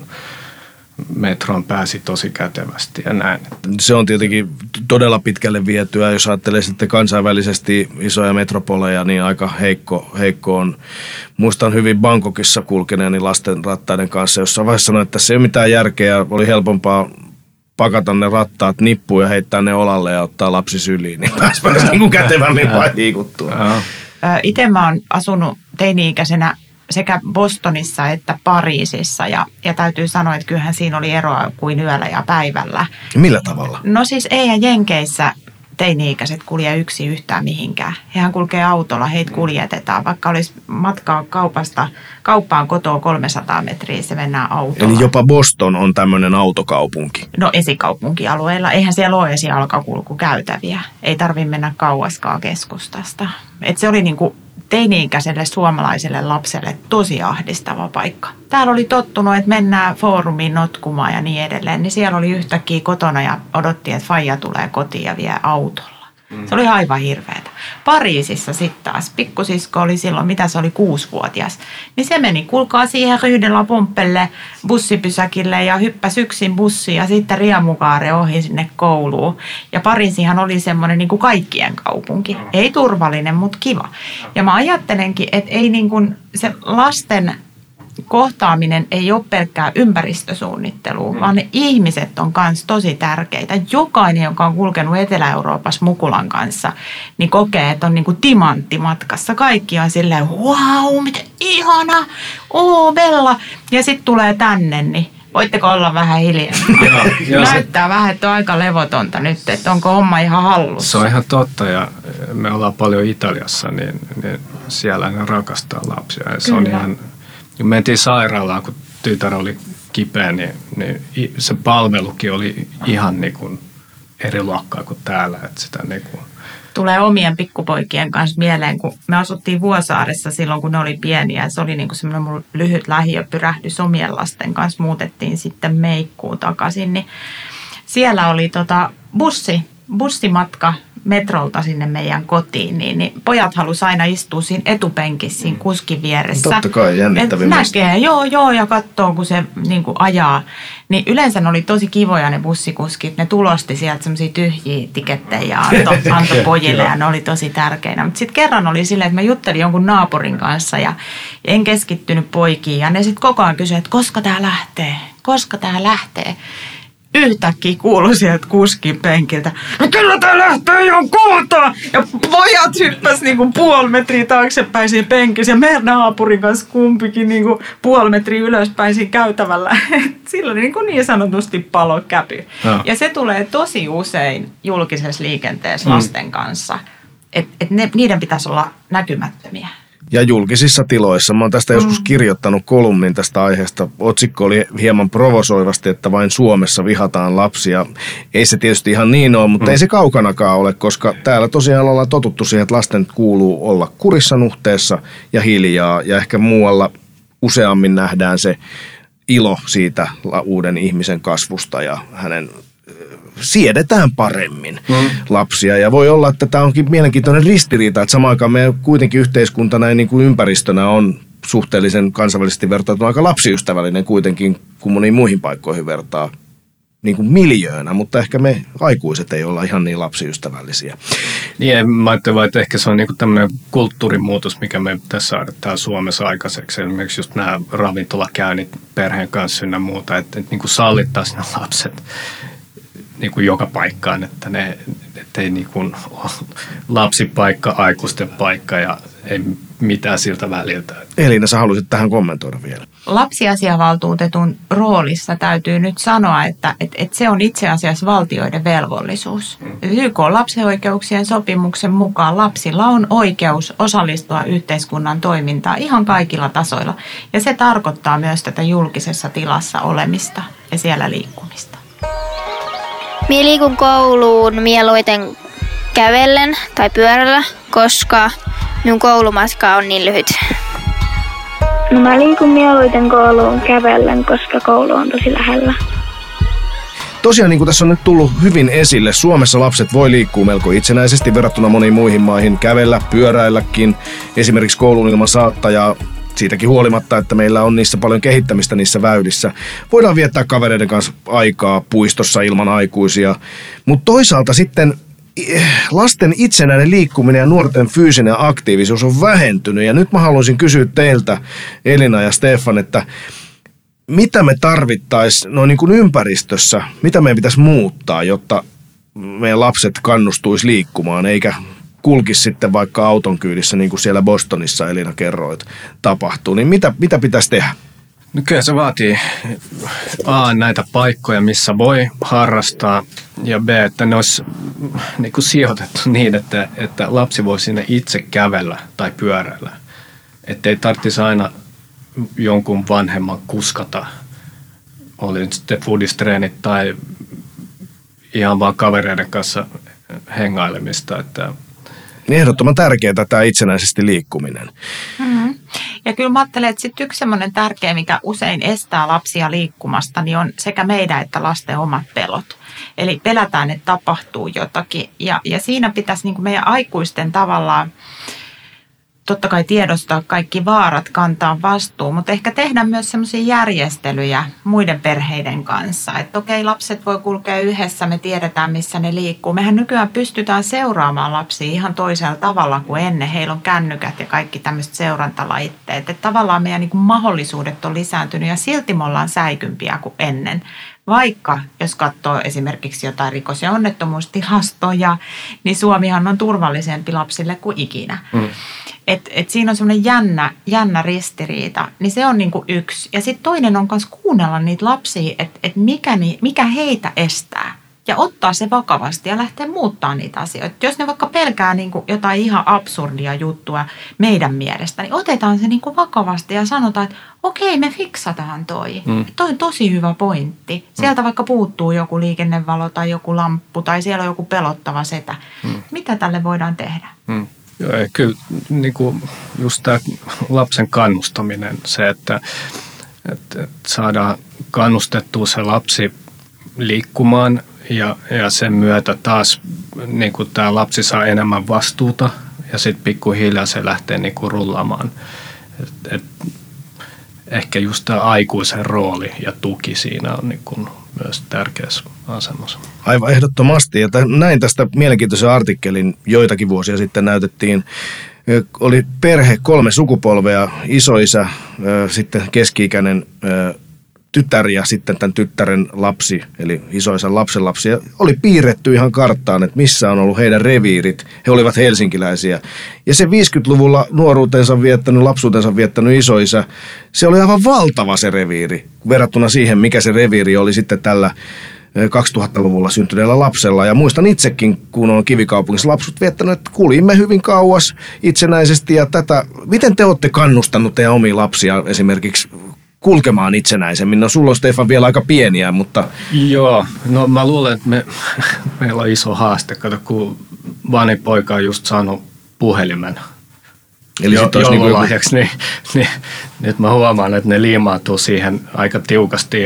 metroon pääsi tosi kätevästi ja näin. Se on tietenkin todella pitkälle vietyä, jos ajattelee sitten kansainvälisesti isoja metropoleja, niin aika heikko on. Muistan hyvin Bangkokissa kulkeneeni lasten rattaiden kanssa, jossain vaiheessa sanoin, että se ei ole mitään järkeä, oli helpompaa pakata ne rattaat nippuun ja heittää ne olalle ja ottaa lapsi syliin, niin pääsi niin kuin kätevämmin vain liikuttua. Itse mä oon asunut teini-ikäisenä sekä Bostonissa että Pariisissa ja täytyy sanoa, että kyllähän siinä oli eroa kuin yöllä ja päivällä. Millä tavalla? No siis eihän Jenkeissä teini-ikäiset kulje yksi yhtään mihinkään. Hehän kulkee autolla, heitä kuljetetaan. Vaikka olisi matkaa kauppaan kotoa 300 metriä, se mennään autolla. Eli jopa Boston on tämmöinen autokaupunki? No esikaupunkialueella. Eihän siellä ole esialkakulkukäytäviä. Ei tarvitse mennä kauaskaan keskustasta. Et se oli niinku teini-ikäiselle suomalaiselle lapselle tosi ahdistava paikka. Täällä oli tottunut, että mennään foorumiin notkumaan ja niin edelleen, niin siellä oli yhtäkkiä kotona ja odotti, että faija tulee kotiin ja vie autolla. Se oli aivan hirveätä. Pariisissa sitten taas, pikkusisko oli silloin, mitä se oli 6-vuotias, niin se meni kuulkaa siihen Ryydellä Pomppelle bussipysäkille ja hyppäsi yksin bussiin ja sitten riemukaare ohi sinne kouluun. Ja Pariisihan oli semmoinen niin kuin kaikkien kaupunki. Ei turvallinen, mutta kiva. Ja mä ajattelenkin, että ei niin kuin se lasten kohtaaminen ei ole pelkkää ympäristösuunnittelua, vaan ne ihmiset on myös tosi tärkeitä. Jokainen, joka on kulkenut Etelä-Euroopassa mukulan kanssa, niin kokee, että on niin kuin timantti matkassa. Kaikki on silleen, wow, miten ihana, bella. Ja sitten tulee tänne, niin voitteko olla vähän hiljaa? Näyttää vähän, että on aika levotonta nyt, että onko homma ihan hallussa. Se on ihan totta ja me ollaan paljon Italiassa, niin siellä ne rakastaa lapsia ja se on ihan. Kun mentiin sairaalaan, kun tytär oli kipeä, niin se palvelukin oli ihan niin kuin eri luokkaa kuin täällä. Että sitä niinku tulee omien pikkupoikien kanssa mieleen, kun me asuttiin Vuosaaressa silloin, kun ne oli pieniä. Se oli niinku semmoinen mun lyhyt lähiöpyrähdys omien lasten kanssa. Muutettiin sitten Meikkuun takaisin. Niin siellä oli bussimatka metrolta sinne meidän kotiin, niin pojat halusi aina istua siinä etupenkissä siinä kuskin vieressä. Totta kai, jännittävimmästä. Näkee, joo, ja katsoo, kun se niin kuin ajaa. Niin yleensä ne oli tosi kivoja ne bussikuskit. Ne tulosti sieltä semmoisia tyhjiä tikettejä ja antoi pojille, ja ne oli tosi tärkeinä. Mutta sitten kerran oli silleen, että mä juttelin jonkun naapurin kanssa, ja en keskittynyt poikiin. Ja ne sitten koko ajan kysyivät, että koska tää lähtee? Koska tää lähtee? Yhtäkkiä kuului sieltä kuskin penkiltä, no kyllä tää lähtee ihan kohta! Ja pojat hyppäs niinku puoli metriä taaksepäin siinä penkissä ja meidän naapurin kanssa kumpikin niinku puoli metriä ylöspäin siinä käytävällä. Sillä oli niin sanotusti palo käpy. No. Ja se tulee tosi usein julkisessa liikenteessä lasten kanssa, että niiden pitäisi olla näkymättömiä. Ja julkisissa tiloissa. Mä oon tästä joskus kirjoittanut kolumnin tästä aiheesta. Otsikko oli hieman provosoivasti, että vain Suomessa vihataan lapsia. Ei se tietysti ihan niin ole, mutta ei se kaukanakaan ole, koska täällä tosiaan ollaan totuttu siihen, että lasten kuuluu olla kurissa nuhteessa ja hiljaa. Ja ehkä muualla useammin nähdään se ilo siitä uuden ihmisen kasvusta ja hänen siedetään paremmin lapsia. Ja voi olla, että tämä onkin mielenkiintoinen ristiriita, että samaan aikaan meidän kuitenkin yhteiskuntana ja niin kuin ympäristönä on suhteellisen kansainvälisesti vertautuna aika lapsiystävällinen kuitenkin, kun moniin muihin paikkoihin vertaa niin kuin miljöönä, mutta ehkä me aikuiset ei olla ihan niin lapsiystävällisiä. Niin, mä ajattelin, että ehkä se on niin kuin tämmöinen kulttuurimuutos, mikä me pitäisi saada täällä Suomessa aikaiseksi. Esimerkiksi just nämä ravintolakäynnit perheen kanssa ja muuta, että niin kuin sallittaisiin nämä lapset niin kuin joka paikkaan, että ei niin kuin lapsipaikka, aikuisten paikka ja ei mitään siltä väliltä. Elina, sä haluaisit tähän kommentoida vielä. Lapsiasiavaltuutetun roolissa täytyy nyt sanoa, että se on itse asiassa valtioiden velvollisuus. YK:n lapsen oikeuksien sopimuksen mukaan lapsilla on oikeus osallistua yhteiskunnan toimintaan ihan kaikilla tasoilla. Ja se tarkoittaa myös tätä julkisessa tilassa olemista ja siellä liikkumista. Minä liikun kouluun mieluiten kävellen tai pyörällä, koska minun koulumatka on niin lyhyt. No mä liikun mieluiten kouluun kävellen, koska koulu on tosi lähellä. Tosiaan, niin kuin tässä on nyt tullut hyvin esille, Suomessa lapset voi liikkua melko itsenäisesti verrattuna moniin muihin maihin, kävellä, pyöräilläkin, esimerkiksi kouluun ilman saattajaa. Siitäkin huolimatta, että meillä on niissä paljon kehittämistä niissä väylissä. Voidaan viettää kavereiden kanssa aikaa puistossa ilman aikuisia. Mutta toisaalta sitten lasten itsenäinen liikkuminen ja nuorten fyysinen aktiivisuus on vähentynyt. Ja nyt mä haluaisin kysyä teiltä, Elina ja Stefan, että mitä me tarvittaisiin noin niin kuin ympäristössä, mitä meidän pitäisi muuttaa, jotta meidän lapset kannustuisi liikkumaan, eikä kulkisi sitten vaikka auton kyydissä, niin kuin siellä Bostonissa, Elina, kerroit, tapahtuu. Niin mitä pitäisi tehdä? No kyllä se vaatii A, näitä paikkoja, missä voi harrastaa, ja B, että ne olisi niin kuin sijoitettu niin, että lapsi voi sinne itse kävellä tai pyöräillä. Että ei tarvitsisi aina jonkun vanhemman kuskata, oli nyt sitten foodistreenit tai ihan vaan kavereiden kanssa hengailemista, että ehdottoman tärkeää tämä itsenäisesti liikkuminen. Mm-hmm. Ja kyllä mä ajattelen, että sitten yksi semmoinen tärkeä, mikä usein estää lapsia liikkumasta, niin on sekä meidän että lasten omat pelot. Eli pelätään, että tapahtuu jotakin. Ja siinä pitäisi niin kuin meidän aikuisten tavallaan totta kai tiedostaa kaikki vaarat, kantaa vastuu, mutta ehkä tehdä myös semmoisia järjestelyjä muiden perheiden kanssa. Että okei, lapset voi kulkea yhdessä, me tiedetään missä ne liikkuu. Mehän nykyään pystytään seuraamaan lapsia ihan toisella tavalla kuin ennen. Heillä on kännykät ja kaikki tämmöiset seurantalaitteet. Että tavallaan meidän niin kuin mahdollisuudet on lisääntynyt ja silti me ollaan säikympiä kuin ennen. Vaikka jos katsoo esimerkiksi jotain rikos- ja onnettomuustilastoja, niin Suomihan on turvallisempi lapsille kuin ikinä. Et siinä on semmoinen jännä ristiriita, niin se on niinku yksi. Ja sitten toinen on myös kuunnella niitä lapsia, että mikä heitä estää. ja ottaa se vakavasti ja lähteä muuttaa niitä asioita. Jos ne vaikka pelkää niin kuin jotain ihan absurdia juttua meidän mielestä, niin otetaan se niin kuin vakavasti ja sanotaan, että okei, me fiksataan toi. Toi on tosi hyvä pointti. Sieltä vaikka puuttuu joku liikennevalo tai joku lamppu tai siellä on joku pelottava setä. Mitä tälle voidaan tehdä? Joo, kyllä niin kuin just tämä lapsen kannustaminen, se, että saadaan kannustettua se lapsi liikkumaan ja sen myötä taas niin kuin tämä lapsi saa enemmän vastuuta ja sitten pikkuhiljaa se lähtee niin kuin rullaamaan. Ehkä just tämä aikuisen rooli ja tuki siinä on niin kuin myös tärkeässä asemassa. Aivan ehdottomasti. Ja näin tästä mielenkiintoisen artikkelin joitakin vuosia sitten näytettiin. Oli perhe, 3 sukupolvea, isoisä, sitten keski-ikäinen tytär ja sitten tämän tyttären lapsi, eli isoisän lapsenlapsi. Ja oli piirretty ihan karttaan, että missä on ollut heidän reviirit. He olivat helsinkiläisiä. Ja se 50-luvulla nuoruutensa viettänyt, lapsuutensa viettänyt isoisä, se oli aivan valtava se reviiri verrattuna siihen, mikä se reviiri oli sitten tällä 2000-luvulla syntyneellä lapsella. Ja muistan itsekin, kun olen Kivikaupungissa lapsut viettänyt, että kuljimme hyvin kauas itsenäisesti. Ja miten te olette kannustanut teidän omia lapsia esimerkiksi kulkemaan itsenäisemmin? No sulla on, Stefan, vielä aika pieniä, mutta... Joo, no mä luulen, että meillä on iso haaste. Kato, kun vanhin poika on just saanut puhelimen eli joululahjaksi, niin nyt mä huomaan, että ne liimautuu siihen aika tiukasti.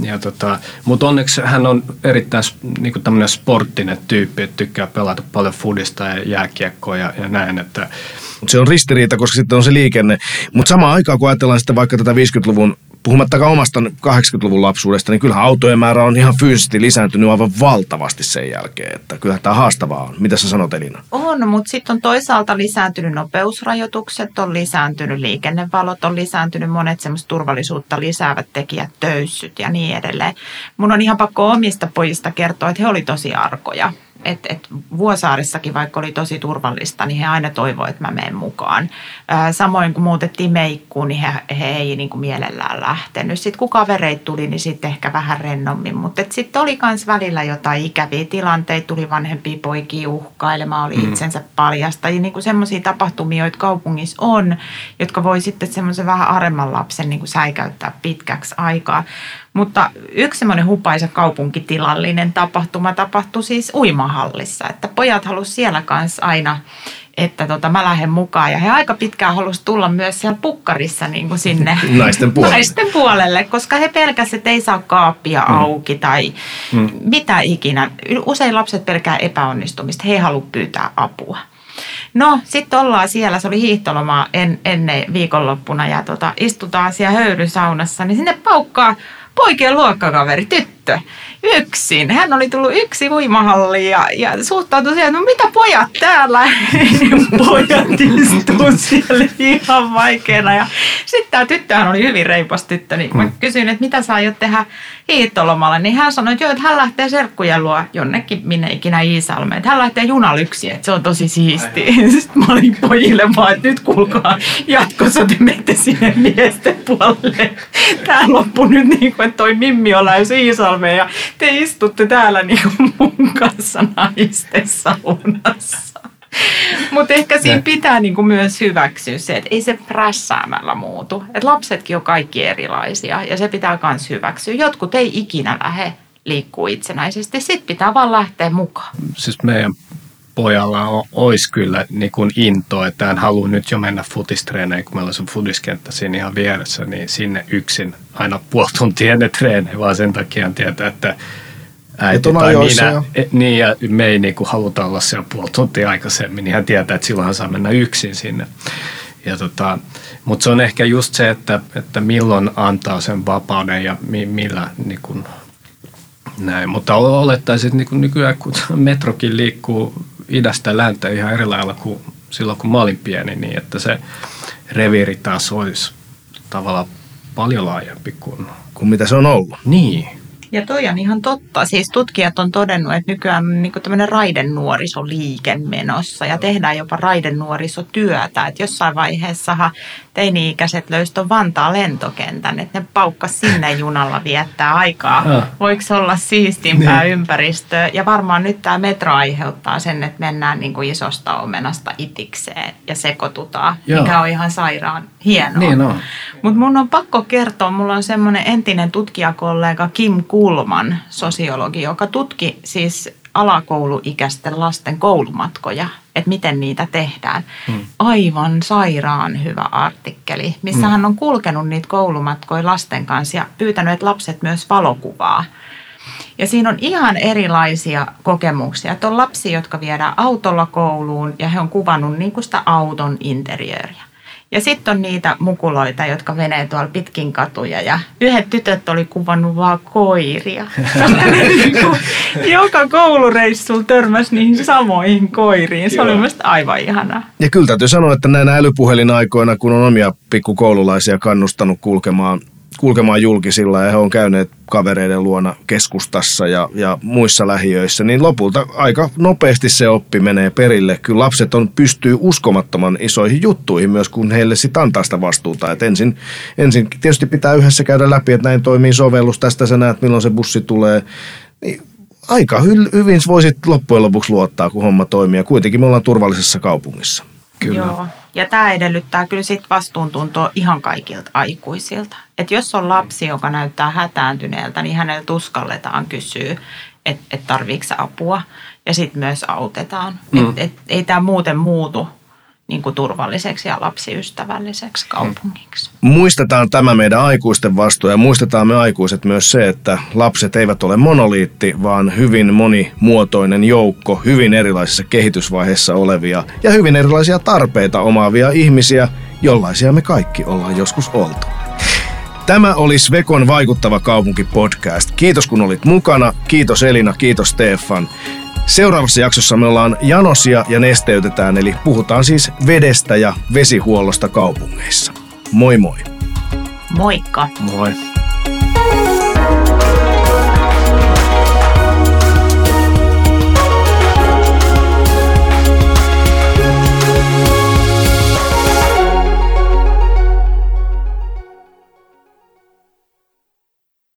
Mutta onneksi hän on erittäin niin kuin tämmöinen sporttinen tyyppi, että tykkää pelata paljon fudista ja jääkiekkoa ja näin. Se on ristiriita, koska sitten on se liikenne. Mutta samaan aikaan, kun ajatellaan sitten vaikka tätä 50-luvun, puhumattakaan omasta 80-luvun lapsuudesta, niin kyllähän autojen määrä on ihan fyysisesti lisääntynyt aivan valtavasti sen jälkeen. Että kyllähän tämä haastavaa on. Mitä sä sanot, Elina? On, mutta sitten on toisaalta lisääntynyt nopeusrajoitukset, on lisääntynyt liikennevalot, on lisääntynyt monet semmoiset turvallisuutta lisäävät tekijät, töyssyt ja niin edelleen. Mun on ihan pakko omista pojista kertoa, että he oli tosi arkoja. Et Vuosaaressakin, vaikka oli tosi turvallista, niin he aina toivoivat, että mä menen mukaan. Samoin kun muutettiin Meikkuun, niin he ei niin kuin mielellään lähtenyt. Sitten kun kavereita tuli, niin sitten ehkä vähän rennommin. Mutta sitten oli myös välillä jotain ikäviä tilanteita. Tuli vanhempia poikia uhkailemaan, oli itsensä paljasta. Ja niin kuin semmoisia tapahtumia, joita kaupungissa on, jotka voi sitten semmoisen vähän aremman lapsen niin kuin säikäyttää pitkäksi aikaa. Mutta yksi semmoinen hupaisa kaupunkitilallinen tapahtuma tapahtui siis uimahallissa, että pojat halusivat siellä kanssa aina, että mä lähden mukaan. Ja he aika pitkään halusivat tulla myös siellä pukkarissa niin kuin sinne naisten puolelle, koska he pelkäsivät, että ei saa kaappia auki tai mitä ikinä. Usein lapset pelkää epäonnistumista, he ei halua pyytää apua. No, sitten ollaan siellä, se oli hiihtolomaa ennen viikonloppuna ja istutaan siellä höyrysaunassa, niin sinne paukkaa poikien luokkakaveri, tyttö, yksin. Hän oli tullut yksin uimahalliin ja suhtautui siihen, että no mitä pojat täällä? Pojat istuu siellä ihan vaikeana. Ja sitten tämä tyttöhän oli hyvin reipas tyttö, niin mä kysyin, että mitä sä aiot tehdä hiihtolomalla. Niin hän sanoi, että joo, että hän lähtee serkkujen luo jonnekin minne ikinä Iisalmeen. Että hän lähtee junalyksiin, että se on tosi siistiä. Sitten mä olin pojille vaan, että nyt kuulkaa, jatkossa te menette sinne miesten puolelle. Tää loppui nyt niin kuin, että toi Mimmi on lähes Iisalmeen ja te istutte täällä niin kuin mun kanssa naisten saunassa. Mutta ehkä siinä pitää niin kuin myös hyväksyä se, että ei se prässäämällä muutu. Että lapsetkin on kaikki erilaisia ja se pitää myös hyväksyä. Jotkut ei ikinä lähde liikkuu itsenäisesti, sitten pitää vaan lähteä mukaan. Siis meidän pojalla olisi kyllä niin kuin into, että hän haluaa nyt jo mennä futistreeneihin, kun meillä on se futiskenttä siinä ihan vieressä, niin sinne yksin aina puoli tuntia ennen treenejä, vaan sen takia hän tietää, että äiti tai minä, niin ja me ei niin kuin haluta olla siellä puoli tuntia aikaisemmin, niin hän tietää, että silloin hän saa mennä yksin sinne. Mutta se on ehkä just se, että milloin antaa sen vapauden ja millä niin kuin näin. Mutta olettaisin, että niin nykyään kun metrokin liikkuu idästä länteen ihan eri lailla kuin silloin, kun mä olin pieni, niin että se reviiri taas olisi tavallaan paljon laajempi kuin mitä se on ollut. Niin. Ja toi on ihan totta. Siis tutkijat on todennut, että nykyään on niin tämmöinen raidenuorisoliike menossa ja tehdään jopa raidenuorisotyötä. Että jossain vaiheessahan teini-ikäiset löysivät tuon Vantaan lentokentän, että ne paukkas sinne junalla viettää aikaa. Voiko olla siistimpää ympäristöä? Ja varmaan nyt tämä metro aiheuttaa sen, että mennään niin kuin isosta omenasta itikseen ja sekoitutaan, mikä on ihan sairaan hienoa. Niin on. Mutta mun on pakko kertoa, mulla on semmoinen entinen tutkijakollega Kim Kulman, sosiologi, joka tutki siis alakouluikäisten lasten koulumatkoja, että miten niitä tehdään. Aivan sairaan hyvä artikkeli, missä hän on kulkenut niitä koulumatkoja lasten kanssa ja pyytänyt, että lapset myös valokuvaa. Ja siinä on ihan erilaisia kokemuksia. Että on lapsia, jotka viedään autolla kouluun ja he on kuvannut niin kuin sitä auton interiööriä. Ja sitten on niitä mukuloita, jotka menee tuolla pitkin katuja ja yhdet tytöt oli kuvannut vaan koiria. Joka koulureissulla törmäsi niihin samoihin koiriin. Se oli mielestäni aivan ihanaa. Ja kyllä täytyy sanoa, että näinä älypuhelinaikoina, kun on omia pikkukoululaisia kannustanut kulkemaan julkisilla ja he on käyneet kavereiden luona keskustassa ja muissa lähiöissä, niin lopulta aika nopeasti se oppi menee perille. Kyllä lapset pystyy uskomattoman isoihin juttuihin myös, kun heille sitten antaa sitä vastuuta. Et ensin tietysti pitää yhdessä käydä läpi, että näin toimii sovellus, tästä sä näet milloin se bussi tulee. Niin aika hyvin voisit loppujen lopuksi luottaa, kun homma toimii ja kuitenkin me ollaan turvallisessa kaupungissa. Kyllä. Joo. Ja tämä edellyttää kyllä sit vastuuntuntoa ihan kaikilta aikuisilta. Että jos on lapsi, joka näyttää hätääntyneeltä, niin häneltä uskalletaan kysyä, että tarviiko apua. Ja sitten myös autetaan. Ei tämä muuten muutu niin kuin turvalliseksi ja lapsiystävälliseksi kaupungiksi. Muistetaan tämä meidän aikuisten vastuu ja muistetaan me aikuiset myös se, että lapset eivät ole monoliitti, vaan hyvin monimuotoinen joukko, hyvin erilaisissa kehitysvaiheissa olevia ja hyvin erilaisia tarpeita omaavia ihmisiä, jollaisia me kaikki ollaan joskus oltu. Tämä oli Svekon Vaikuttava kaupunki podcast. Kiitos kun olit mukana, kiitos Elina, kiitos Stefan. Seuraavassa jaksossa me ollaan janosia ja nesteytetään, eli puhutaan siis vedestä ja vesihuollosta kaupungeissa. Moi moi! Moikka! Moi!